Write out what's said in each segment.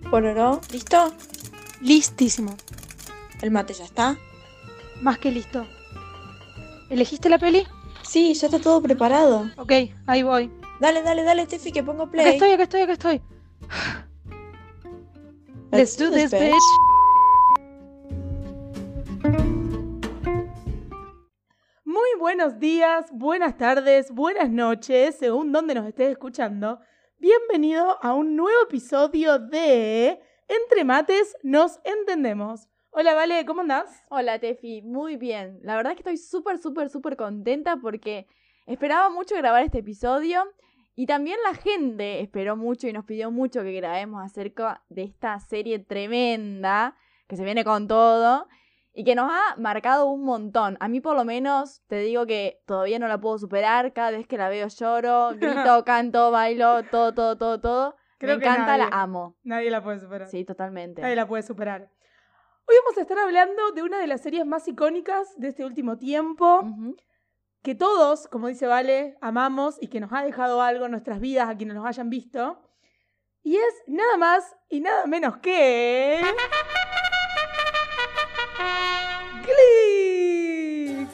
Pororó, ¿listo? Listísimo. ¿El mate ya está? Más que listo. ¿Elegiste la peli? Sí, ya está todo preparado. Ok, ahí voy. Dale, Tefi, que pongo play. Acá estoy. Let's do this, bitch. Muy buenos días, buenas tardes, buenas noches, según donde nos estés escuchando. Bienvenido a un nuevo episodio de Entre Mates Nos Entendemos. Hola, Vale, ¿cómo andás? Hola, Tefi, muy bien. La verdad es que estoy súper contenta porque esperaba mucho grabar este episodio y también la gente esperó mucho y nos pidió mucho que grabemos acerca de esta serie tremenda que se viene con todo y que nos ha marcado un montón. A mí por lo menos te digo que todavía no la puedo superar. Cada vez que la veo lloro, grito, canto, bailo, todo. Creo Me que encanta, nadie. la amo. Nadie la puede superar. Sí, totalmente. Nadie la puede superar. Hoy vamos a estar hablando de una de las series más icónicas de este último tiempo, Ujú. que todos, como dice Vale, amamos y que nos ha dejado algo en nuestras vidas a quienes nos hayan visto. Y es nada más y nada menos que... ¡Glee!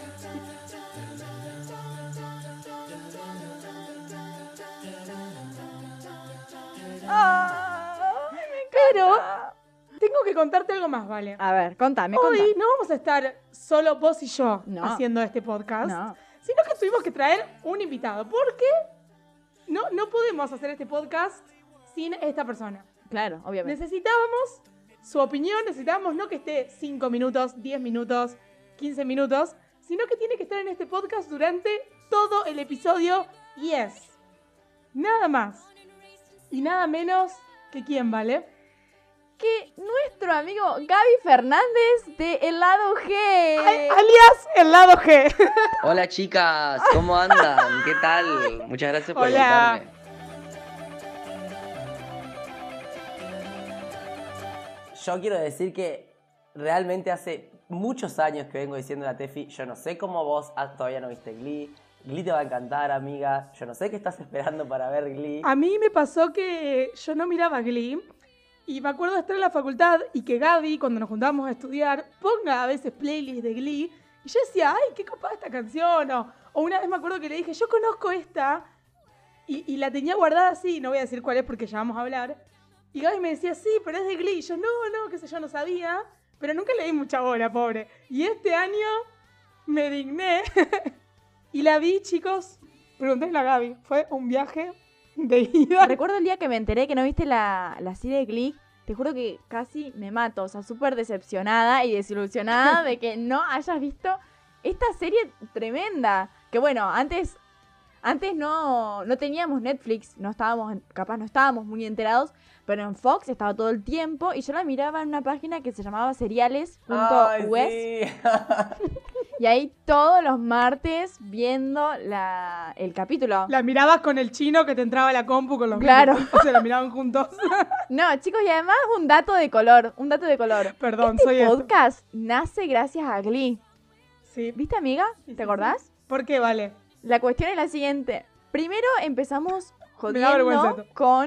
Pero tengo que contarte algo más, Vale. A ver, contame. Hoy no vamos a estar solo vos y yo No. haciendo este podcast, No. sino que tuvimos que traer un invitado, porque no podemos hacer este podcast sin esta persona. Claro, obviamente. Necesitábamos su opinión, necesitábamos no que esté 5 minutos, 10 minutos, 15 minutos, sino que tiene que estar en este podcast durante todo el episodio y es nada más y nada menos que quién, ¿vale? Que nuestro amigo Gaby Fernández de El Lado G. Alias el lado G. Hola chicas, ¿cómo andan? ¿Qué tal? Muchas gracias por Hola. invitarme. Yo quiero decir que realmente hace muchos años que vengo diciendo a la Tefi, yo no sé cómo vos todavía no viste Glee. Glee te va a encantar, amiga. Yo no sé qué estás esperando para ver Glee. A mí me pasó que yo no miraba Glee y me acuerdo de estar en la facultad y que Gaby, cuando nos juntábamos a estudiar, ponga a veces playlists de Glee y yo decía, ay, qué copada esta canción. O una vez me acuerdo que le dije, yo conozco esta y la tenía guardada así, no voy a decir cuál es porque ya vamos a hablar. Y Gaby me decía, sí, pero es de Glee. Y yo, no, qué sé yo, no sabía, pero nunca le di mucha bola, pobre. Y este año me digné y la vi, chicos, preguntéle a Gaby, fue un viaje de ida. Recuerdo el día que me enteré que no viste la serie de Glee. Te juro que casi me mato. O sea, súper decepcionada y desilusionada de que no hayas visto esta serie tremenda. Que bueno, antes no teníamos Netflix, capaz no estábamos muy enterados, pero en Fox estaba todo el tiempo y yo la miraba en una página que se llamaba Ay, seriales.us sí. y ahí todos los martes viendo el capítulo. La mirabas con el chino que te entraba a la compu con los Claro. mismos. O sea, la miraban juntos. No, chicos, y además un dato de color. Perdón, Este soy esto. podcast nace gracias a Glee. Sí. ¿Viste, amiga? Sí, ¿Te sí, acordás? sí. ¿Por qué, Vale? La cuestión es la siguiente. Primero empezamos Me da vergüenza jodiendo esto. con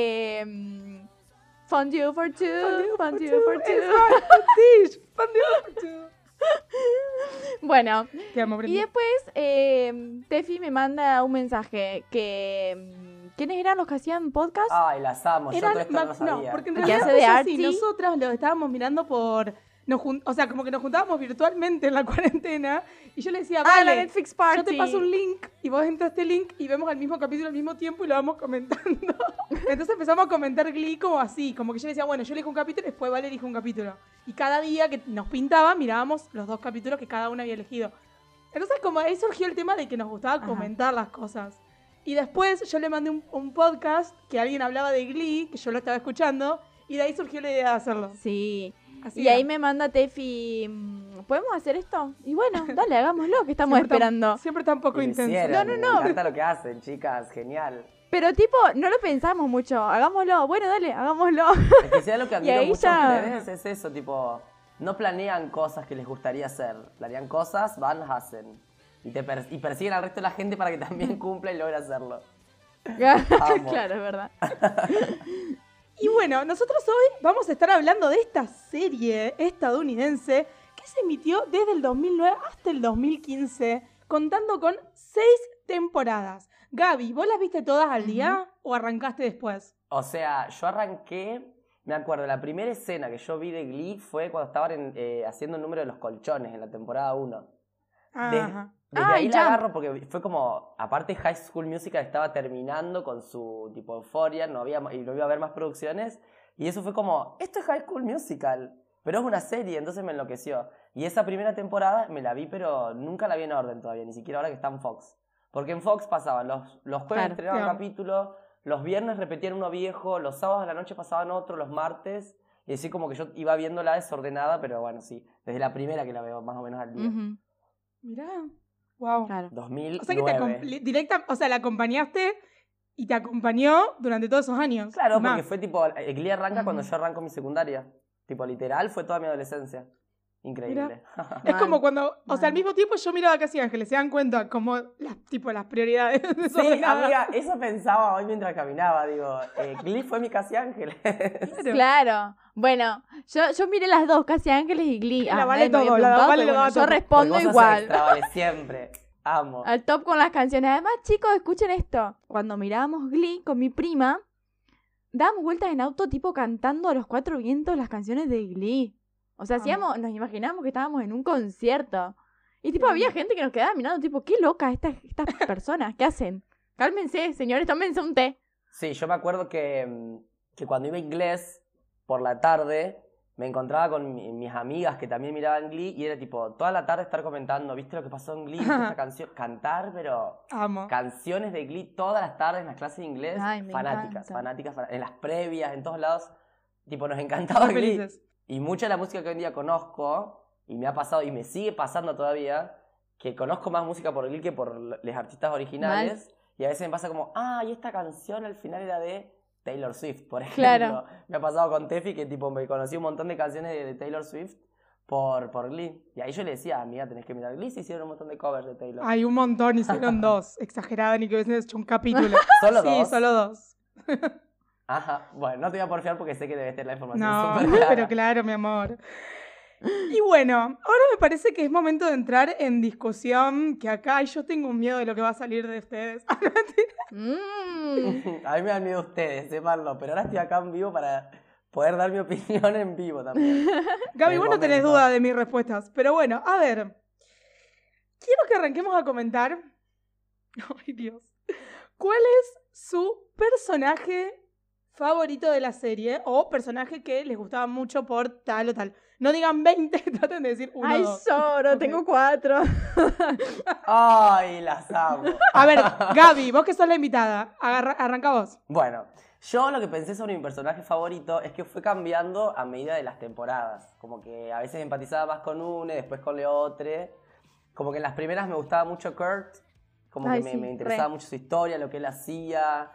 Fondue for Two. Bueno, Te amo, y Brenda. después Tefi me manda un mensaje que... ¿quiénes eran los que hacían podcast? Ay, las amo, yo todo esto no lo No, sabía. porque en ¿Qué realidad hace de fue así. Artsy? Nosotras lo estábamos mirando por... o sea, como que nos juntábamos virtualmente en la cuarentena y yo le decía, Ah, vale, la Netflix Party. yo te paso un link y vos entras a este link y vemos el mismo capítulo al mismo tiempo y lo vamos comentando. Entonces empezamos a comentar Glee como así, como que yo le decía, bueno, yo elijo un capítulo y después Vale elijo un capítulo. Y cada día que nos pintaba mirábamos los 2 capítulos que cada uno había elegido. Entonces como ahí surgió el tema de que nos gustaba Ajá. comentar las cosas. Y después yo le mandé un podcast que alguien hablaba de Glee, que yo lo estaba escuchando, y de ahí surgió la idea de hacerlo. Sí. Así Y era. ahí me manda Tefi, ¿podemos hacer esto? Y bueno, dale, hagámoslo, que estamos Siempre esperando. Siempre está un poco Y lo intenso. hicieron, No. Me encanta lo que hacen, chicas, genial. Pero tipo, no lo pensamos mucho, hagámoslo, bueno, dale, hagámoslo. Es que sea lo que Y admiro ahí mucho ya- a ustedes es eso, tipo, no planean cosas que les gustaría hacer, planean cosas, van, las hacen. Y persiguen al resto de la gente para que también cumpla y logre hacerlo. Amo. Claro, es verdad. Y bueno, nosotros hoy vamos a estar hablando de esta serie estadounidense que se emitió desde el 2009 hasta el 2015, contando con 6 temporadas. Gaby, ¿vos las viste todas al día o arrancaste después? O sea, yo arranqué, me acuerdo, la primera escena que yo vi de Glee fue cuando estaban haciendo el número de los colchones en la temporada 1. Ajá. Desde ahí la Jump. agarro porque fue como, aparte High School Musical estaba terminando con su tipo Euphoria, y no iba a haber más producciones, y eso fue como, esto es High School Musical, pero es una serie, entonces me enloqueció. Y esa primera temporada me la vi, pero nunca la vi en orden todavía, ni siquiera ahora que está en Fox. Porque en Fox pasaban, los jueves Claro, estrenaban claro. capítulo, los viernes repetían uno viejo, los sábados de la noche pasaban otro, los martes, y así como que yo iba viéndola desordenada, pero bueno, sí, desde la primera que la veo más o menos al día. Ujú, Mirá, wow. claro. 2009. O sea que la acompañaste y te acompañó durante todos esos años. Claro, Más. porque fue tipo, Glee arranca cuando Ujú. yo arranco mi secundaria. Tipo, literal, fue toda mi adolescencia. Increíble. Es Mal, como cuando, o sea, al mal. mismo tiempo yo miraba Casi Ángeles, se dan cuenta como las prioridades Sí, desordenadas. amiga, eso pensaba hoy mientras caminaba. Digo, Glee fue mi Casi Ángel. Claro. Bueno, yo miré las dos, Casi Ángeles y Glee. La Vale nadie me había todo, la preguntado, Vale pero lo bueno, da yo todo. respondo Porque vos sos igual. extra, vale, siempre. Amo. Al top con las canciones. Además, chicos, escuchen esto. Cuando mirábamos Glee con mi prima, dábamos vueltas en auto tipo cantando a los 4 vientos las canciones de Glee. O sea, Amo. nos imaginábamos que estábamos en un concierto. Y tipo, Amo. había gente que nos quedaba mirando, tipo, qué loca estas personas, ¿qué hacen? Cálmense, señores, tómense un té. Sí, yo me acuerdo que cuando iba a inglés, por la tarde, me encontraba con mis amigas que también miraban Glee y era tipo, toda la tarde estar comentando, ¿viste lo que pasó en Glee? ¿Viste esta canción? Cantar, pero Amo. canciones de Glee todas las tardes en las clases de inglés. Ay, me fanáticas, encanta. fanáticas, en las previas, en todos lados. Tipo, nos encantaba Muy Glee. felices. Y mucha de la música que hoy en día conozco, y me ha pasado, y me sigue pasando todavía, que conozco más música por Glee que por los artistas originales. Y a veces me pasa como, y esta canción al final era de Taylor Swift, por ejemplo. Claro. Me ha pasado con Tefi que tipo me conocí un montón de canciones de Taylor Swift por Glee. Y ahí yo le decía, amiga, tenés que mirar Glee, se hicieron un montón de covers de Taylor. Hay un montón, hicieron 2. Exagerada, ni que hubiesen hecho un capítulo. ¿Solo Sí, dos? solo 2. Ajá, bueno, no te voy a porfiar porque sé que debes tener la información No, súper clara. pero claro, mi amor. Y bueno, ahora me parece que es momento de entrar en discusión, que acá yo tengo un miedo de lo que va a salir de ustedes. A mí me dan miedo ustedes, sépanlo, pero ahora estoy acá en vivo para poder dar mi opinión en vivo también. Gaby, El vos no tenés momento. duda de mis respuestas, pero bueno, a ver. Quiero que arranquemos a comentar. Ay, Dios. ¿Cuál es su personaje favorito de la serie? O personaje que les gustaba mucho por tal o tal. No digan 20, traten de decir uno o Ay, dos. lloro, Ok. tengo 4. Ay, las amo. A ver, Gaby, vos que sos la invitada, arranca vos. Bueno, yo lo que pensé sobre mi personaje favorito es que fue cambiando a medida de las temporadas. Como que a veces empatizaba más con uno y después con el otro. Como que en las primeras me gustaba mucho Kurt. Como Ay, que sí, me interesaba re. mucho su historia, lo que él hacía.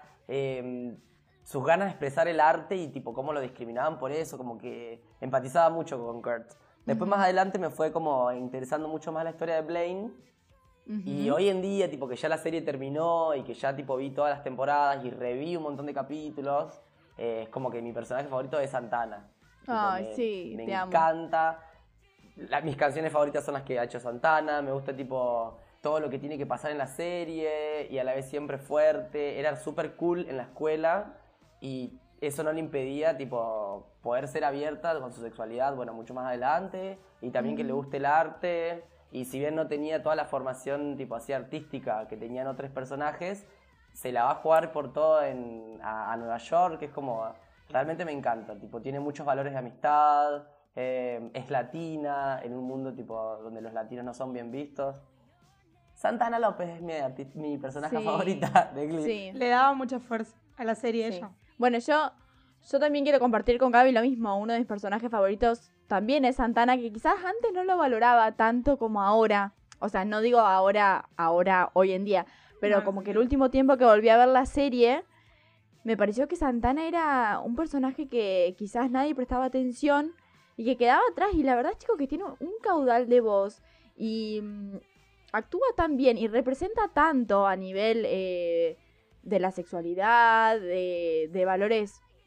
Sus ganas de expresar el arte y tipo cómo lo discriminaban por eso. Como que empatizaba mucho con Kurt. Después más adelante me fue como interesando mucho más la historia de Blaine. Y hoy en día, tipo, que ya la serie terminó y que ya, tipo, vi todas las temporadas y reví un montón de capítulos, es como que mi personaje favorito es Santana. Tipo, Ay, sí, me te amo. encanta. Mis canciones favoritas son las que ha hecho Santana. Me gusta, tipo, todo lo que tiene que pasar en la serie y a la vez siempre fuerte. Era súper cool en la escuela y eso no le impedía, tipo, poder ser abierta con su sexualidad, bueno, mucho más adelante. Y también que le guste el arte. Y si bien no tenía toda la formación tipo así artística que tenían otros personajes, se la va a jugar por todo a Nueva York, que es como, realmente me encanta, tipo, tiene muchos valores de amistad, es latina, en un mundo tipo donde los latinos no son bien vistos. Santana López es mi personaje Sí. favorita de Glee. Sí. Le daba mucha fuerza a la serie Sí. ella. Bueno, yo también quiero compartir con Gaby lo mismo. Uno de mis personajes favoritos también es Santana, que quizás antes no lo valoraba tanto como ahora. O sea, no digo ahora, hoy en día. Pero No, como sí. que el último tiempo que volví a ver la serie, me pareció que Santana era un personaje que quizás nadie prestaba atención y que quedaba atrás. Y la verdad, chicos, que tiene un caudal de voz y actúa tan bien y representa tanto a nivel de la sexualidad, de valores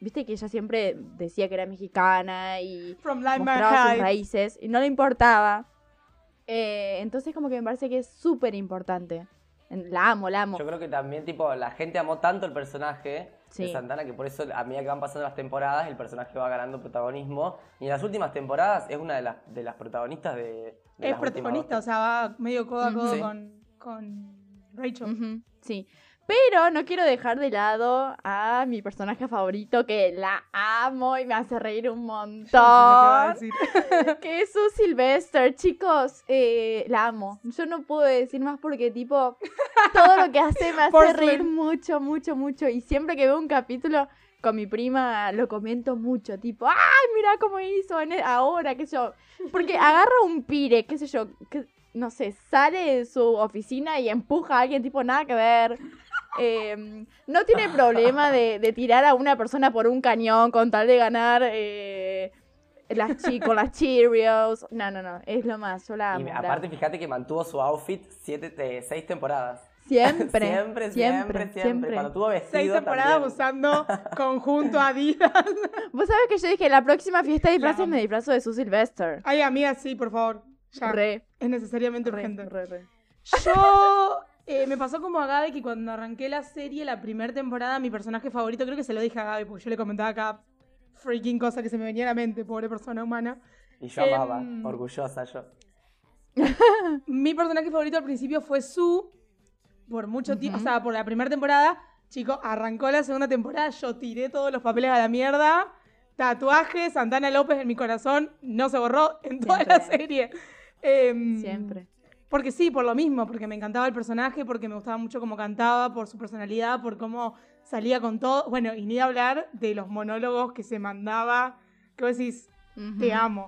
viste que ella siempre decía que era mexicana y From Lime mostraba sus Heights. raíces y no le importaba. Entonces como que me parece que es súper importante. La amo, la amo. Yo creo que también, tipo, la gente amó tanto el personaje Sí. de Santana que por eso, a medida que van pasando las temporadas, el personaje va ganando protagonismo. Y en las últimas temporadas es una de las protagonistas de Es las últimas protagonista, o dos. sea, va medio codo a codo Sí. con Rachel. Ujú, sí. Pero no quiero dejar de lado a mi personaje favorito, que la amo y me hace reír un Yo no sé lo que va a montón. decir. Que es Sue Sylvester, chicos. La amo. Yo no puedo decir más porque, tipo, todo lo que hace me hace Porcelain. reír mucho, mucho, mucho. Y siempre que veo un capítulo con mi prima lo comento mucho. Tipo, ¡ay, mira cómo hizo ahora! ¿Qué sé yo? Porque agarra un pire, qué sé yo, que, no sé, sale de su oficina y empuja a alguien, tipo, nada que ver. No tiene problema de tirar a una persona por un cañón con tal de ganar con las Cheerios. No, es lo más, yo la amo. Y la aparte, amo. fíjate que mantuvo su outfit 6 temporadas. Siempre, siempre. Cuando tuvo 6 vestido temporadas también. usando conjunto Adidas. Vos sabés que yo dije, la próxima fiesta de disfraces amo. me disfrazo de Sue Sylvester. Ay, amiga, sí, por favor. Ya. Re, Es necesariamente re, urgente. re. Yo me pasó como a Gaby que cuando arranqué la serie, la primera temporada, mi personaje favorito, creo que se lo dije a Gaby, porque yo le comentaba cada freaking cosa que se me venía a la mente, pobre persona humana. Y yo amaba, orgullosa yo. Mi personaje favorito al principio fue Sue, por mucho tiempo, o sea, por la primera temporada. Chicos, arrancó la segunda temporada, yo tiré todos los papeles a la mierda. Tatuaje, Santana López en mi corazón, no se borró en toda la Siempre. serie. Siempre. Porque sí, por lo mismo, porque me encantaba el personaje, porque me gustaba mucho cómo cantaba, por su personalidad, por cómo salía con todo. Bueno, y ni hablar de los monólogos que se mandaba, que vos decís, te amo.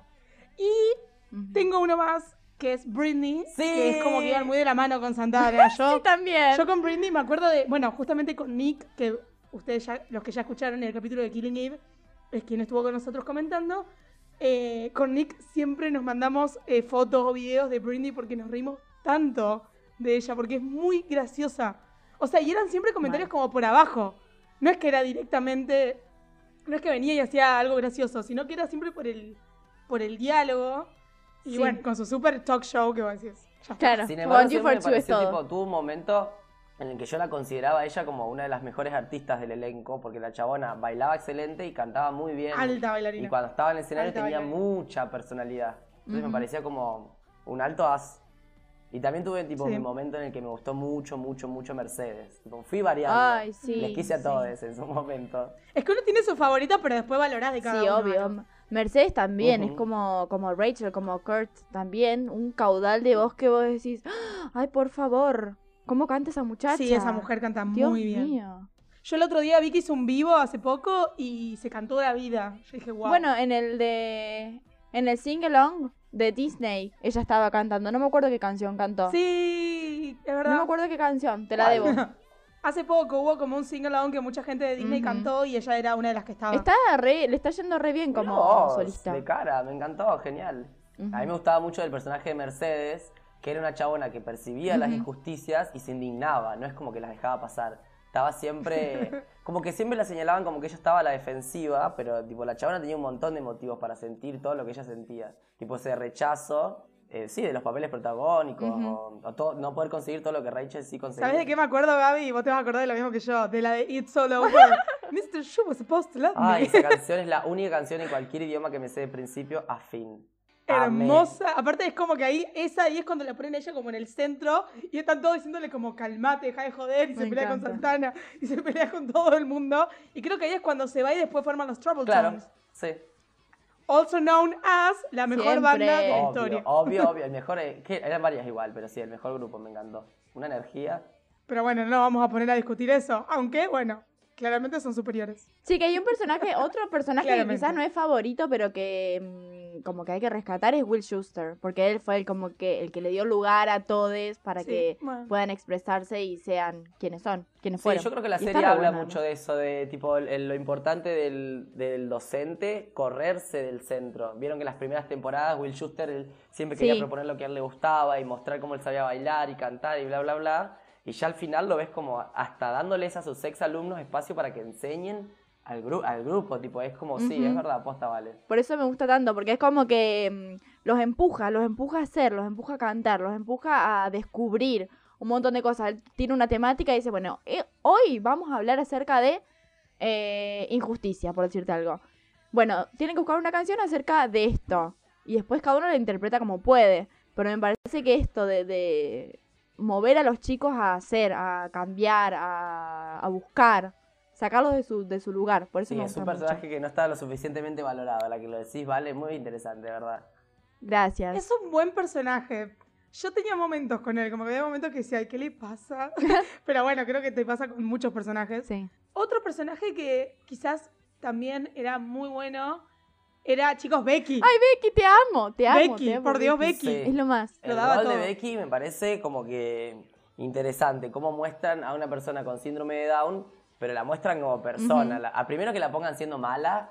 Y tengo uno más, que es Britney, ¡Sí! que es como que iban muy de la mano con Santana. Sí, también. Yo con Britney me acuerdo de, bueno, justamente con Nick, que ustedes ya, los que ya escucharon en el capítulo de Killing Eve, es quien estuvo con nosotros comentando. Con Nick siempre nos mandamos fotos o videos de Britney porque nos reímos tanto de ella, porque es muy graciosa. O sea, y eran siempre comentarios como por abajo. No es que era directamente, no es que venía y hacía algo gracioso, sino que era siempre por el diálogo. Y Sí. bueno, con su super talk show que vos decís. Ya está. Claro, Sin embargo, One You siempre for me Two es pareció, todo. tipo, tuvo un momento en el que yo la consideraba a ella como una de las mejores artistas del elenco, porque la chabona bailaba excelente y cantaba muy bien. Alta bailarina. Y cuando estaba en el escenario Alta tenía bailarina. mucha personalidad. Entonces me parecía como un alto as. Y también tuve tipo Sí. mi momento en el que me gustó mucho Mercedes. Tipo, fui variando. Ay, sí, Les quise a sí. todos en su momento. Es que uno tiene su favorita, pero después valorás de cada Sí, uno. obvio. algo. Mercedes también, Ujú. es como Rachel, como Kurt también, un caudal de voz que vos decís, ¡ah! Ay, por favor, ¿cómo canta esa muchacha? Sí, esa mujer canta Dios muy bien. mío. Yo el otro día vi que hizo un vivo hace poco y se cantó la vida. Yo dije, wow. Bueno, en el sing-along de Disney, ella estaba cantando, no me acuerdo qué canción cantó. sí, es verdad. No me acuerdo qué canción, te la debo. Hace poco hubo como un single que mucha gente de Disney Ujú. cantó y ella era una de las que estaba. Le está yendo re bien Mirá como vos, solista. de cara, me encantó, genial. Ujú. A mí me gustaba mucho el personaje de Mercedes, que era una chabona que percibía las Ujú. injusticias y se indignaba, no es como que las dejaba pasar. Estaba siempre, como que siempre la señalaban como que ella estaba a la defensiva, pero tipo la chabona tenía un montón de motivos para sentir todo lo que ella sentía. Tipo ese rechazo, sí, de los papeles protagónicos, Ujú. o no poder conseguir todo lo que Rachel sí conseguía. ¿Sabes de qué me acuerdo, Gaby? Vos te vas a acordar de lo mismo que yo. De la de It's All Over. Mr. Shu was supposed to love Ay, me. esa canción es la única canción en cualquier idioma que me sé de principio a fin. Amé. Hermosa. Aparte es como que ahí es cuando la ponen a ella como en el centro y están todos diciéndole como calmate, deja de joder y Me se pelea con encanta. Santana y se pelea con todo el mundo. Y creo que ahí es cuando se va y después forman los Trouble Claro, Tones. sí. Also known as la mejor Siempre. banda de la Obvio, historia. obvio. El mejor, que eran varias igual, pero sí, el mejor grupo me encantó. Una energía. Pero bueno, no vamos a poner a discutir eso. Aunque, bueno, claramente son superiores. Sí, que hay otro personaje que Claramente. quizás no es favorito, pero que como que hay que rescatar es Will Schuster, porque él fue el que le dio lugar a todos para Sí, que bueno. puedan expresarse y sean quienes Sí, fueron. yo creo que la Y serie está re habla buena, mucho ¿no? de eso, de tipo lo importante del docente, correrse del centro. Vieron que las primeras temporadas Will Schuster él siempre quería Sí. proponer lo que a él le gustaba y mostrar cómo él sabía bailar y cantar y bla, bla, bla. Y ya al final lo ves como hasta dándoles a sus ex alumnos espacio para que enseñen al grupo, tipo, es como, sí, Ujú. es verdad, posta vale. Por eso me gusta tanto, porque es como que los empuja a hacer, los empuja a cantar, los empuja a descubrir un montón de cosas. Él tiene una temática y dice, bueno, hoy vamos a hablar acerca de injusticia, por decirte algo. Bueno, tienen que buscar una canción acerca de esto. Y después cada uno la interpreta como puede. Pero me parece que esto de mover a los chicos a hacer, a cambiar, a buscar, sacarlos de su lugar. Por eso Sí, me es gusta un mucho. personaje que no está lo suficientemente valorado, la que lo decís, vale, muy interesante, ¿verdad? Gracias. Es un buen personaje. Yo tenía momentos con él, como que había momentos que decía, ay, ¿qué le pasa? Pero bueno, creo que te pasa con muchos personajes. Sí. Otro personaje que quizás también era muy bueno era, chicos, Becky. Ay, Becky, te amo, te amo. Becky, te amo, por Dios, Becky. Becky. Sí. Es lo más. Lo El daba rol de todo. Becky me parece como que interesante, cómo muestran a una persona con síndrome de Down, pero la muestran como persona. Ujú. A primero que la pongan siendo mala,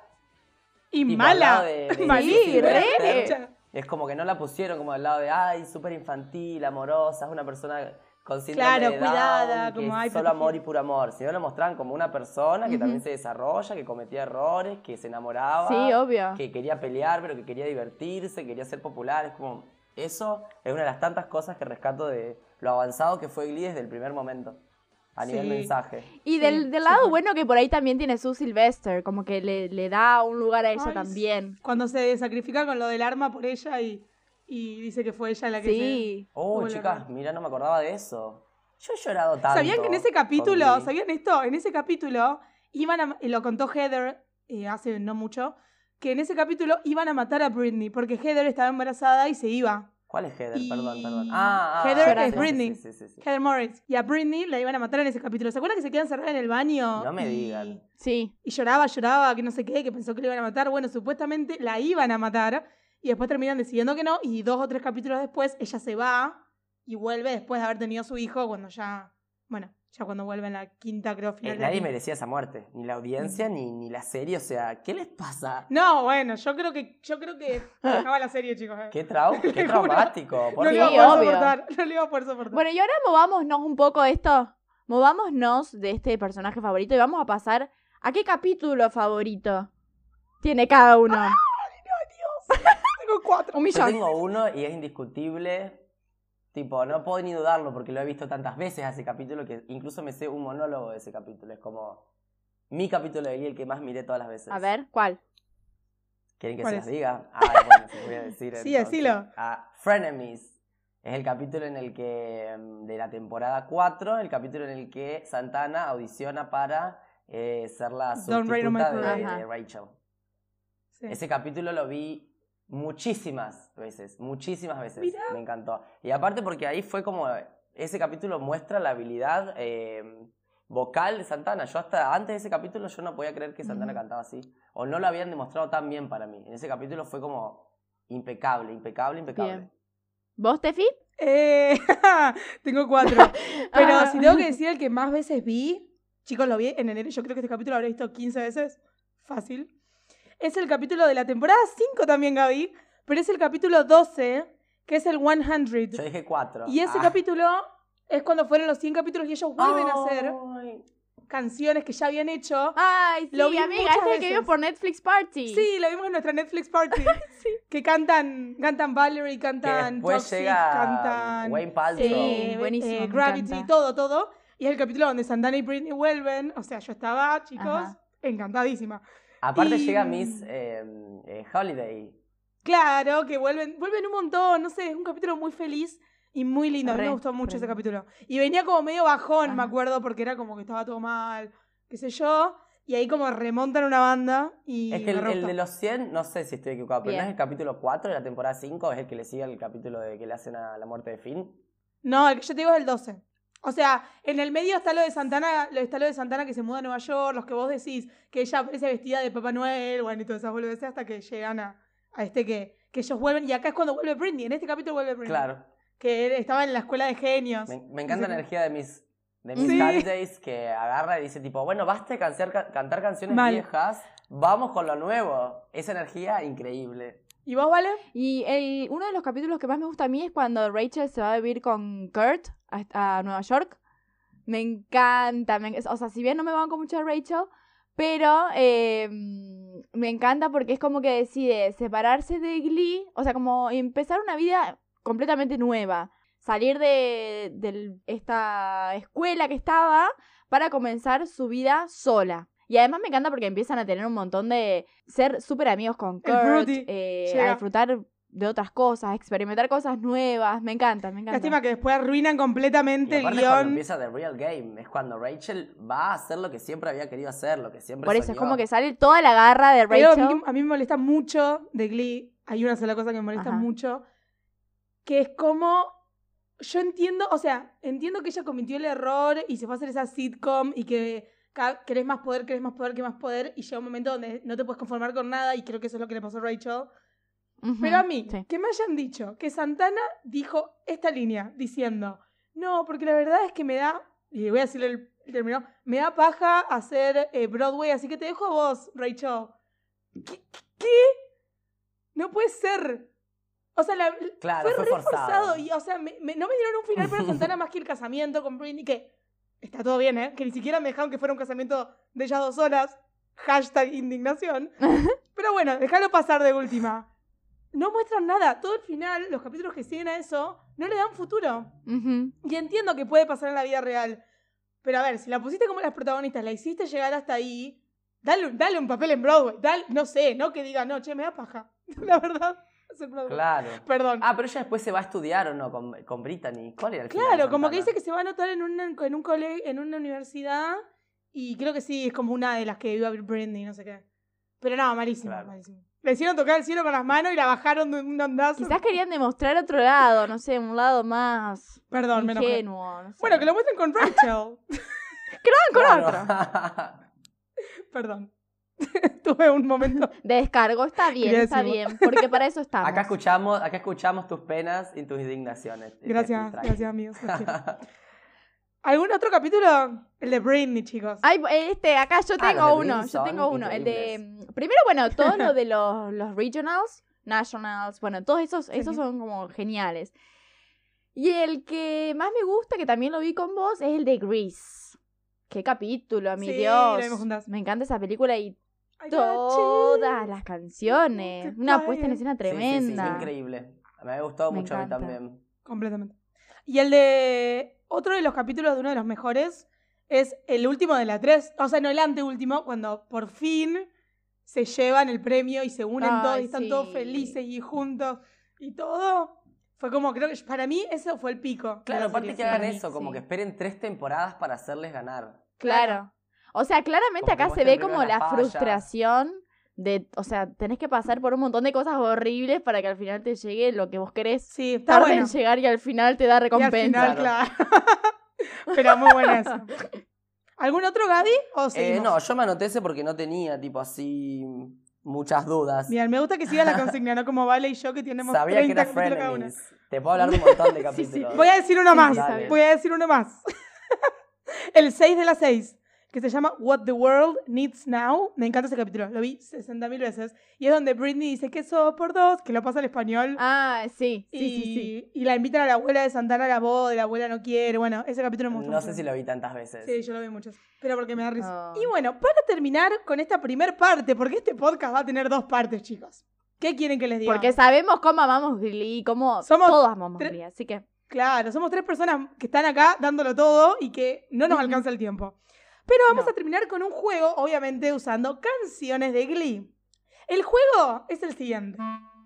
Y tipo, mala. al lado de Malísima. Sí, re. Pucha. es como que no la pusieron como al lado de, ay, súper infantil, amorosa, es una persona con síndrome Claro, de cuidada, Down, que como, ay, es solo protegida. amor y puro amor. Si no, la mostraban como una persona que Ujú. también se desarrolla, que cometía errores, que se enamoraba, Sí, obvio. que quería pelear, pero que quería divertirse, quería ser popular. Es como, eso es una de las tantas cosas que rescato de lo avanzado que fue Glee desde el primer momento, a nivel Sí. mensaje. Y Sí, del lado súper. bueno que por ahí también tiene Sue Sylvester, como que le da un lugar a ella Ay, también. Cuando se sacrifica con lo del arma por ella y dice que fue ella la que Sí. Oh, Hola, chicas, Ro. mira, no me acordaba de eso. Yo he llorado tanto. ¿Sabían que en ese con capítulo, Glee. sabían esto? En ese capítulo iban a, y lo contó Heather hace no mucho, que en ese capítulo iban a matar a Britney porque Heather estaba embarazada y se iba. ¿Cuál es Heather? Y- Perdón. Heather es sí, Britney. sí. Heather Morris. Y a Britney la iban a matar en ese capítulo. ¿Se acuerdan que se quedan encerrada en el baño? No me digan. Sí. Y lloraba, que no sé qué, que pensó que le iban a matar. Bueno, supuestamente la iban a matar y después terminan decidiendo que no. Y 2 o 3 capítulos después ella se va y vuelve después de haber tenido a su hijo cuando ya, bueno, ya cuando vuelve en la quinta, creo, final. de la Nadie quinta. merecía esa muerte. Ni la audiencia, ni la serie. O sea, ¿qué les pasa? No, bueno, yo creo que dejaba la serie, chicos. Qué Te juro. traumático. Por No le Sí, iba a favor. poder obvio. soportar. No le iba a poder soportar. Bueno, y ahora movámonos un poco de esto. Movámonos de este personaje favorito y vamos a pasar a qué capítulo favorito tiene cada uno. Tengo 4. Un Yo millón. tengo uno y es indiscutible. Tipo, no puedo ni dudarlo porque lo he visto tantas veces a ese capítulo que incluso me sé un monólogo de ese capítulo. Es como mi capítulo de Glee, el que más miré todas las veces. A ver, ¿cuál? ¿Quieren que ¿Cuál se es? los diga? Ah, bueno, se los voy a decir. Sí, entonces. decilo. Frenemies. Es el capítulo en el que, de la temporada 4, el capítulo en el que Santana audiciona para ser la Don't Rain on My sustituta de Parade. Rachel. Sí. Ese capítulo lo vi muchísimas veces. Mirá. Me encantó. Y aparte porque ahí fue como, ese capítulo muestra la habilidad vocal de Santana. Yo hasta antes de ese capítulo yo no podía creer que Santana Ujú. cantaba así. O no lo habían demostrado tan bien para mí. En ese capítulo fue como impecable. Bien. ¿Vos, Tefi? Tengo 4. Pero si tengo que decir el que más veces vi, chicos, lo vi en enero. Yo creo que este capítulo lo habré visto 15 veces. Fácil. Es el capítulo de la temporada 5 también, Gaby. Pero es el capítulo 12, que es el 100. Yo dije 4. Y ese capítulo es cuando fueron los 100 capítulos y ellos vuelven a hacer Ay. canciones que ya habían hecho. Ay, sí, Lo vi amiga, muchas este es el que veces. vio por Netflix Party. Sí, lo vimos en nuestra Netflix Party. Que cantan Valerie, Que cantan después Toxic, llega cantan Wayne Paltrow. Sí, buenísimo, me Gravity, encanta. todo. Y es el capítulo donde Santana y Britney vuelven. O sea, yo estaba, chicos, Ajá. encantadísima. Aparte Y- llega Miss Holiday. Claro, que vuelven un montón. No sé, es un capítulo muy feliz y muy lindo. A mí Re, me gustó mucho re. ese capítulo. Y venía como medio bajón, me Ajá. acuerdo, porque era como que estaba todo mal, qué sé yo. Y ahí como remontan una banda y Es que me re el gustó. de los 100, no sé si estoy equivocado, pero Bien. ¿no es el capítulo 4 de la temporada 5? ¿Es el que le sigue al capítulo de que le hacen a la muerte de Finn? No, el que yo te digo es el 12. O sea, en el medio está lo de Santana, que se muda a Nueva York, los que vos decís, que ella aparece vestida de Papá Noel, bueno, y todas esas boludeces hasta que llegan a este que ellos vuelven, y acá es cuando vuelve Britney, en este capítulo vuelve Britney. Claro. Que él estaba en la escuela de genios. Me encanta la Dice que- energía de Miss Sí. Holidays que agarra y dice tipo, bueno, basta de cantar canciones Mal. viejas, vamos con lo nuevo. Esa energía increíble. ¿Y vos, Vale? Y uno de los capítulos que más me gusta a mí es cuando Rachel se va a vivir con Kurt a Nueva York. Me encanta. O sea, si bien no me banco mucho a Rachel, Pero me encanta porque es como que decide separarse de Glee, o sea, como empezar una vida completamente nueva. Salir de esta escuela que estaba para comenzar su vida sola. Y además me encanta porque empiezan a tener un montón de... ser súper amigos con Kurt, Brody a disfrutar de otras cosas, a experimentar cosas nuevas. Me encanta, me encanta. Lástima que después arruinan Y completamente el aparte cuando guión. empieza The Real Game, es cuando Rachel va a hacer lo que siempre había querido hacer, lo que siempre Por eso es soñó. como que sale toda la garra de Hay algo Rachel. que a mí me molesta mucho de Glee. Hay una sola cosa que me molesta Ajá. mucho. Que es como... Yo entiendo, o sea, entiendo que ella cometió el error y se fue a hacer esa sitcom y que querés más poder, querés más poder. Y llega un momento donde no te puedes conformar con nada y creo que eso es lo que le pasó a Rachel. Ujú, Pero a mí, sí. que me hayan dicho que Santana dijo esta línea diciendo, no, porque la verdad es que me da, y voy a decirle el término, me da paja hacer Broadway, así que te dejo a vos, Rachel. ¿Qué? No puede ser. O sea, Claro, fue re forzado. y, o sea, no me dieron un final para Santana más que el casamiento con Britney, que está todo bien, ¿eh? Que ni siquiera me dejaron que fuera un casamiento de ellas 2 horas. #indignación. Pero bueno, déjalo pasar de última. No muestran nada. Todo el final, los capítulos que siguen a eso, no le dan futuro. Ujú. Y entiendo que puede pasar en la vida real. Pero a ver, si la pusiste como las protagonistas, la hiciste llegar hasta ahí, dale un papel en Broadway. No sé, no que diga, no, che, me da paja. La verdad, hacer Broadway. Claro. Perdón. Ah, pero ella después se va a estudiar, ¿o no? Con Brittany. ¿Cuál era el final Claro, de como que Santana? dice que se va a anotar en un colegio, en una universidad. Y creo que sí, es como una de las que iba a abrir Britney, no sé qué. Pero no, malísimo, Claro. malísimo. Le hicieron tocar el cielo con las manos y la bajaron de un ondazo. Quizás querían demostrar otro lado, no sé, un lado más Perdón, me enojé. ingenuo. No sé. Bueno, que lo muestren con Rachel. Con Claro. otro. Perdón. Tuve un momento. De descargo, está bien, Quería está decirlo. bien, porque para eso estamos. Acá escuchamos tus penas y tus indignaciones. Gracias, Tranqui. gracias amigos. los quiero. ¿Algún otro capítulo? El de Britney, chicos. Ay, acá yo Ah, tengo los de uno, Britney yo tengo son uno. El de. increíbles. Primero, bueno, todo lo de los regionals, nationals, bueno, todos esos Sí. son como geniales. Y el que más me gusta, que también lo vi con vos, es el de Grease. Qué capítulo, mi Sí, Dios. lo vimos juntas. Me encanta esa película y I got todas you. las canciones. Qué Una puesta en fire. escena Sí, sí, sí, tremenda. fue increíble. Me ha gustado Me mucho a mí encanta. también. Completamente. Y el de... Otro de los capítulos de uno de los mejores es el último de la 3. O sea, no, el anteúltimo, cuando por fin se llevan el premio y se unen Ay, todos y están sí. todos felices y juntos y todo. Fue como, creo que para mí eso fue el pico. de Claro, la aparte serie, que sí, hagan para mí. eso, como sí. que esperen 3 temporadas para hacerles ganar. Claro. O sea, claramente Como que acá se muestren ve primero como las la fallas. frustración de, o sea, tenés que pasar por un montón de cosas horribles para que al final te llegue lo que vos querés. Sí, está Tarde bueno. en llegar y al final te da Y al recompensa. final, Claro. claro. Pero muy buena eso. ¿Algún otro, Gaby? ¿O seguimos? No, yo me anoté ese porque no tenía, tipo, así muchas dudas. Bien, me gusta que siga la consigna, no como Vale y yo que tenemos Sabía que 30 era capítulos cada una. Frenemies. Te puedo hablar de un montón de Sí, capítulos. sí. Voy a decir uno Sí, más. sí, Dale. Voy a decir uno más. El 6 de las 6, que se llama What the World Needs Now. Me encanta ese capítulo, lo vi 60.000 veces. Y es donde Britney dice queso por 2, que lo pasa al español. Ah, sí, sí, y, sí, sí. y la invitan a la abuela de Santana a la boda, y la abuela no quiere. Bueno, ese capítulo me gustó No mucho. sé si lo vi tantas veces. Sí, yo lo vi muchos. Pero porque me da risa. Oh. Y bueno, para terminar con esta primer parte, porque este podcast va a tener 2 partes, chicos. ¿Qué quieren que les diga? Porque sabemos cómo amamos Glee, cómo Somos todos amamos tre- Glee, así que... Claro, somos 3 personas que están acá dándolo todo y que no nos Ujú. alcanza el tiempo. Pero vamos No. a terminar con un juego, obviamente usando canciones de Glee. El juego es el siguiente.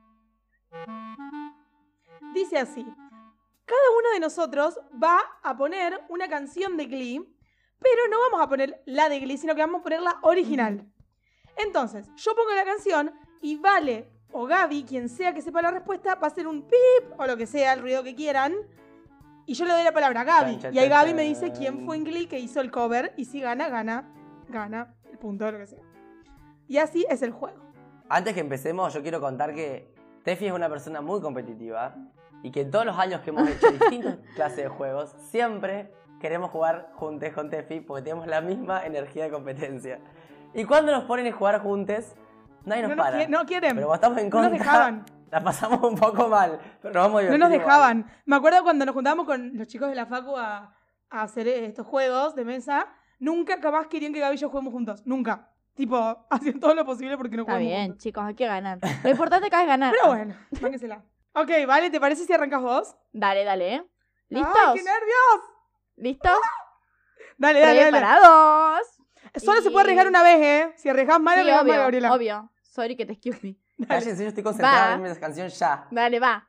Dice así. Cada uno de nosotros va a poner una canción de Glee, pero no vamos a poner la de Glee, sino que vamos a poner la original. Entonces, yo pongo la canción y Vale o Gaby, quien sea que sepa la respuesta, va a hacer un pip o lo que sea, el ruido que quieran. Y yo le doy la palabra a Gaby. Chan, chan, Y ahí chan, Gaby me chan. dice quién fue en Glee que hizo el cover. Y si gana, gana el punto de lo que sea. Y así es el juego. Antes que empecemos, yo quiero contar que Tefi es una persona muy competitiva y que en todos los años que hemos hecho distintas clases de juegos, siempre queremos jugar juntos con Tefi porque tenemos la misma energía de competencia. Y cuando nos ponen a jugar juntos, nadie nos para. No quieren. Pero cuando estamos en No contra, nos dejaban. la pasamos un poco mal, pero nos vamos a No divertir nos igual. dejaban. Me acuerdo cuando nos juntábamos con los chicos de la facu a hacer estos juegos de mesa. Nunca jamás querían que Gaby y yo juguemos juntos. Nunca. Tipo, hacen todo lo posible porque no Está juguemos bien, juntos. chicos, hay que ganar. Lo importante acá es ganar. Pero bueno, bánquensela. Ok, vale, ¿te parece si arrancas vos? Dale, dale. ¿Listos? ¡Ay, qué nervios! ¿Listos? Dale, dale, dale. Preparados. Solo se puede arriesgar una vez, ¿eh? Si arriesgas mal, Sí, arriesgas mal, obvio, Gabriela. obvio. Sorry que te excuse me. Cállense, yo estoy concentrada Va. en verme esa canción ya. Dale, va.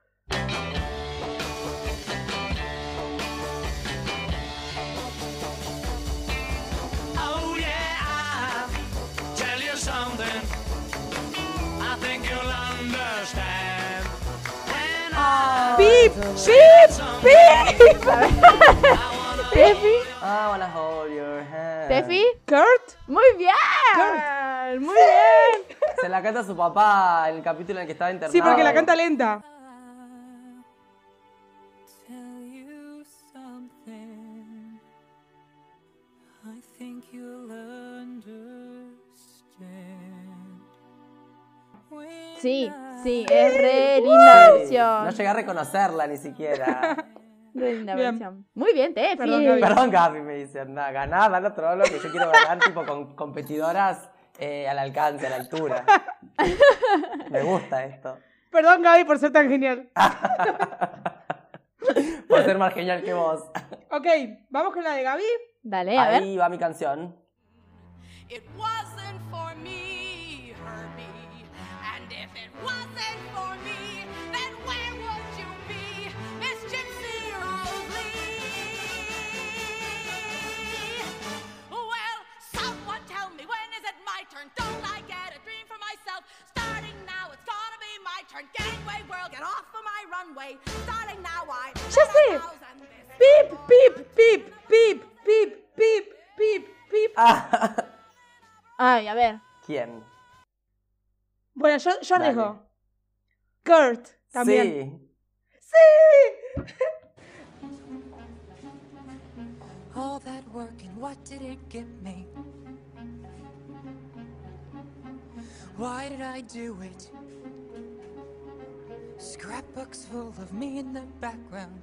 Oh yeah, I'll tell you something. I think you'll understand. When ¡Pip! ¡Pip! ¡Pip! Tefi. I wanna hold your hand. Tefi. ¿Kurt? Muy bien. Muy bien. Se la canta su papá en el capítulo en el que estaba internado. Sí, porque la canta lenta. Tell you something. I think you'll understand. Sí, sí, es re linda Sí, versión. no llegué a reconocerla ni siquiera. Re linda Bien. versión. Muy bien, Tefi. Perdón, Gaby. Perdón, Gaby, me dicen. Nada, ganá, dan otro lo que yo quiero ganar, tipo con competidoras al alcance, a la altura. Me gusta esto. Perdón, Gaby, por ser tan genial. Por ser más genial que vos. Ok, vamos con la de Gaby. Dale, a ver. Ahí va mi canción. It wasn't for me, Herbie. And if it wasn't for me, then where would you be, Miss Gypsy Rose Lee? Well, someone tell me, when is it my turn? Don't I get a dream for myself? Starting now, it's gonna be my turn. Gangway world, get off of my runway. Starting now, I... Ya sé. Pip, pip, pip, pip, pip, pip, pip, pip. Ah, Ay, a ver. ¿quién? Bueno, yo Dale. arriesgo. Kurt, también. Sí. ¡Sí! All that work and what did it get me? Why did I do it? Scrapbooks full of me in the background.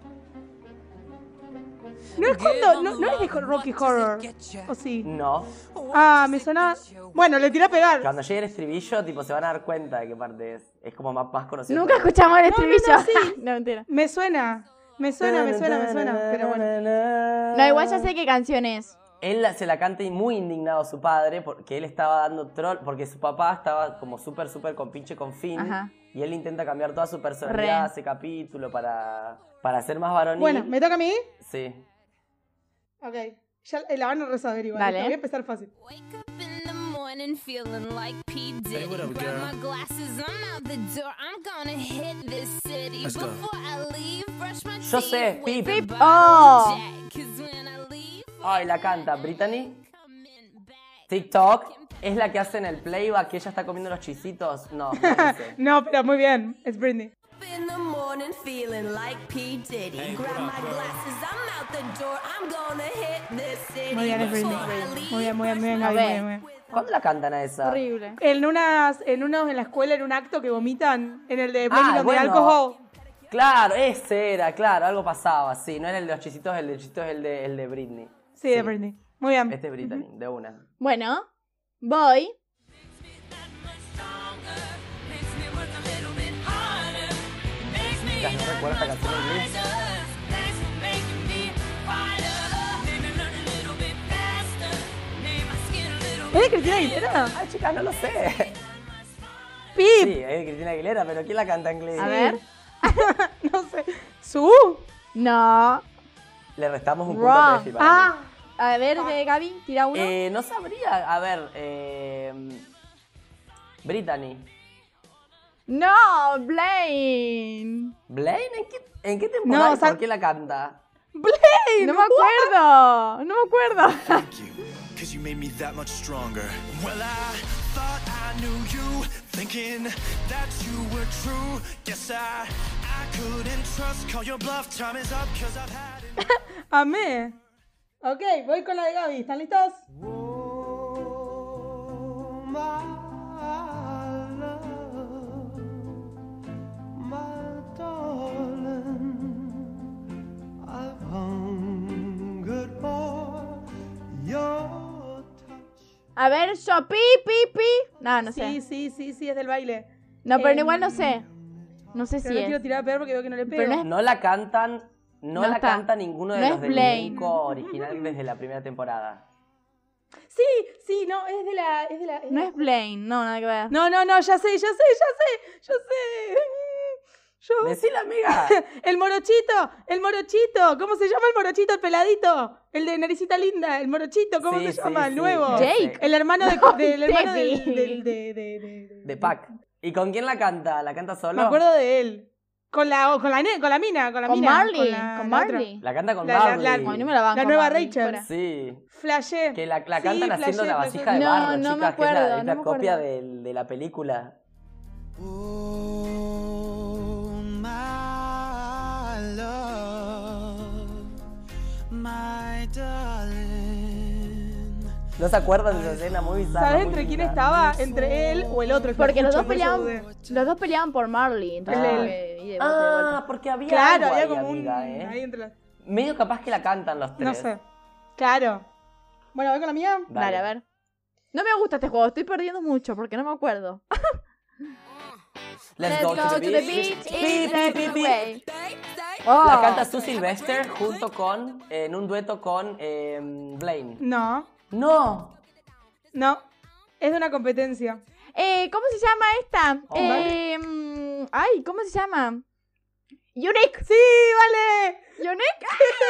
No es cuando. No es de Rocky Horror. ¿O sí? No. Ah, me suena. Bueno, le tiré a pegar. Cuando llegue el estribillo, tipo, se van a dar cuenta de qué parte es. Es como más conocido. Nunca escuchamos el No, no, no, estribillo. sí. No, mentira. Me suena. Me suena. Pero bueno. No, igual ya sé qué canción es. Él se la canta y muy indignado a su padre porque él estaba dando troll, porque su papá estaba como súper con pinche con Finn. Ajá. Y él intenta cambiar toda su personalidad Re. ese capítulo para ser más varonil. Bueno, ¿me toca a mí? Sí. Ok. Ya la van a resaber igual. Dale. Voy a empezar fácil. Wake up in the morning feeling like P. Diddy. what up, Grab girl? my glasses, I'm out the door. I'm gonna hit this city. Let's go. Before I leave, brush my Yo teeth sé, with Pip. a Pip, bottle oh. of Jack. 'Cause when I leave, Ay, la canta Brittany. coming back. TikTok. Es la que hace en el playback que ella está comiendo los chisitos. No, no sé. No, pero muy bien. Es Britney. In the morning feeling like P. Diddy. Grab my glasses, I'm out the door. I'm gonna hit this city. Muy bien, es Britney. Muy bien, Gaby, A muy ver. bien, muy bien. ¿Cuándo la cantan a esa? Horrible. En unos en la escuela, en un acto que vomitan, en el de Blame It on the bueno. Alcohol. Claro, ese era, claro, algo pasaba, sí. No era el de los chisitos, el de chisitos es el de Britney. Sí, de Britney. Muy bien. Este es Brittany, de una. Bueno, voy. Chicas, no recuerdo esta canción en inglés. ¿Es de Cristina Aguilera? Ay, chicas, no lo sé. Pip. Sí, es de Cristina Aguilera, pero ¿quién la canta en inglés? A ver. No sé. ¿Su? No. Le restamos un punto Wrong. a Tefi para mí. A ver, de Gaby, tira uno. No sabría, a ver, Brittany. No, Blaine. ¿Blaine? ¿En qué temporada No, y por qué la canta? Blaine. No me acuerdo. No me acuerdo. Thank you, cause you made me that much stronger. Well, I thought I knew you, thinking that you were true. Guess I couldn't trust, call your bluff, time is up, cause I've had it. Amé. Ok, voy con la de Gaby. ¿Están listos? Oh, my love, my darling, I've hungered for your touch. A ver, yo, pi. No sé. Sí, es del baile. No, pero igual no sé. No sé Pero si no es. quiero tirar peor porque veo que no le pego. Pero no es- No la cantan, no No la está. canta ninguno de No los es del Blaine. elenco original desde la primera temporada. Sí, no, es de la... No es Blaine, no, nada que ver. No, ya sé. Yo... Decila, amiga. El morochito. ¿Cómo se llama el morochito, el peladito? El de naricita linda, el morochito, ¿cómo Sí, se llama? sí, El sí, nuevo. Jake. El hermano del hermano Steffi. de Pac. ¿Y con quién la canta? ¿La canta solo? Me acuerdo de él. Con la mina. Con Marley. la Con otra. Marley. La canta con La- Marley. la- Ay, no me la banco, La nueva Marley, Rachel. fuera. Sí. Flashé. Que la Sí, cantan haciendo flashé, la flashé. vasija de No, barro, no chicas, me que acuerdo, es no la me copia acuerdo. de la película. Oh, my love, my darling. ¿No se acuerdan de esa escena muy bizarra? ¿Sabes muy entre quién linda? estaba? ¿Entre él o el otro? el Porque los flacucho, dos por eso dudé. peleaban por Marley. Entonces, El- como que ida y vuelta, ida y vuelta. Ah, porque había Claro, algo había ahí, como amiga, un... Ahí ¿eh? entre las... Medio capaz que la cantan los tres. No sé. Claro. Bueno, ¿voy con la mía? Dale, a ver. No me gusta este juego, estoy perdiendo mucho porque no me acuerdo. Let's go to the beach. It's Pi, pi, pi, pi. way. La Oh. canta Sue Sylvester junto con, en un dueto con Blaine. No. ¡No! Es de una competencia. ¿Cómo se llama esta? Oh, vale. Ay, ¿cómo se llama? Unique. ¡Sí, vale! Unique.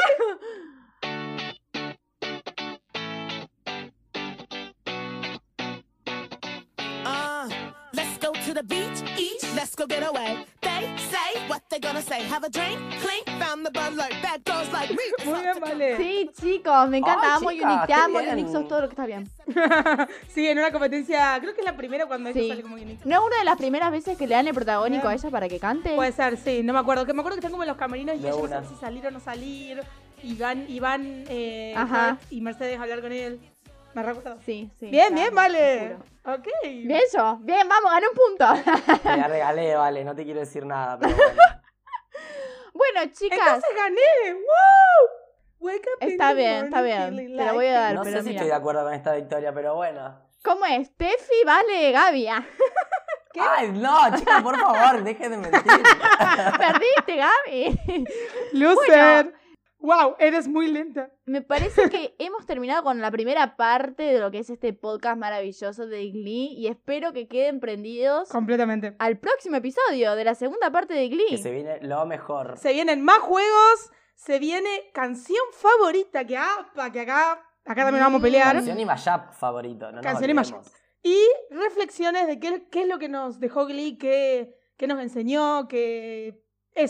Let's go to the beach, eat, let's go get away. They say what they gonna say. Have a drink, clink, found the Bud Light. Bad girls like me. Muy bien, vale. Sí, chicos, me encanta. Ay, Amo chicas, Unique, te qué amo bien. Unique, sos todo lo que está bien. Sí, en una competencia, creo que es la primera cuando ella Sí. sale como Unique. ¿No es una de las primeras veces que le dan el protagónico a ella para que cante? Puede ser, sí, no me acuerdo. Que me acuerdo que están como en los camerinos y De ella no una. sabe si salir o no salir. Y van Ajá. Kurt y Mercedes a hablar con él. Me recuerdo. Sí, sí. Bien, claro, vale. te juro. Ok. Bien yo. Bien, vamos, gané un punto. Te la regalé, vale, no te quiero decir nada, pero bueno. Bueno, chicas. Entonces gané. ¡Woo! Wake up in Está the bien, morning está bien. feeling Te la voy a dar, No pero sé si mira. estoy de acuerdo con esta victoria, pero bueno. ¿Cómo es? Steffi, vale, Gaby. Ah, ¡Ay, no, chicas, por favor, dejen de mentir! Perdiste, Gaby. Loser. Wow, eres muy lenta. Me parece que hemos terminado con la primera parte de lo que es este podcast maravilloso de Glee y espero que queden prendidos Completamente. al próximo episodio de la segunda parte de Glee. Que se viene lo mejor. Se vienen más juegos. Se viene canción favorita que acá también vamos a pelear. Canción y mashup favorito, no nos Canción y mashup. olvidemos. Y reflexiones de qué es lo que nos dejó Glee, qué nos enseñó, qué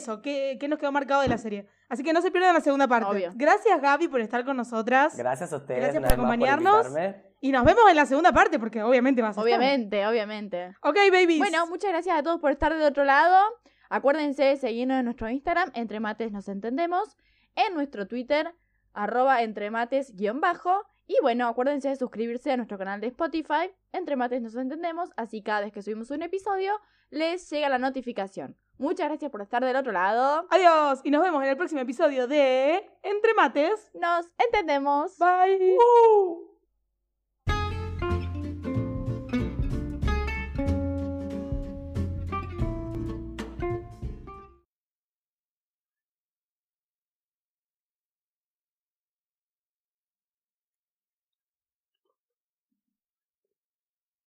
nos quedó marcado de la serie. Así que no se pierdan la segunda parte. Obvio. Gracias, Gaby, por estar con nosotras. Gracias a ustedes Gracias una por vez más acompañarnos. invitarme. Y nos vemos en la segunda parte, porque obviamente vas a Obviamente. estar. Ok, babies. Bueno, muchas gracias a todos por estar del otro lado. Acuérdense de seguirnos en nuestro Instagram, Entre Mates Nos Entendemos, en nuestro Twitter, @entremates_. Y bueno, acuérdense de suscribirse a nuestro canal de Spotify, Entre Mates Nos Entendemos, así cada vez que subimos un episodio les llega la notificación. Muchas gracias por estar del otro lado. Adiós. Y nos vemos en el próximo episodio de Entre Mates. Nos entendemos. Bye.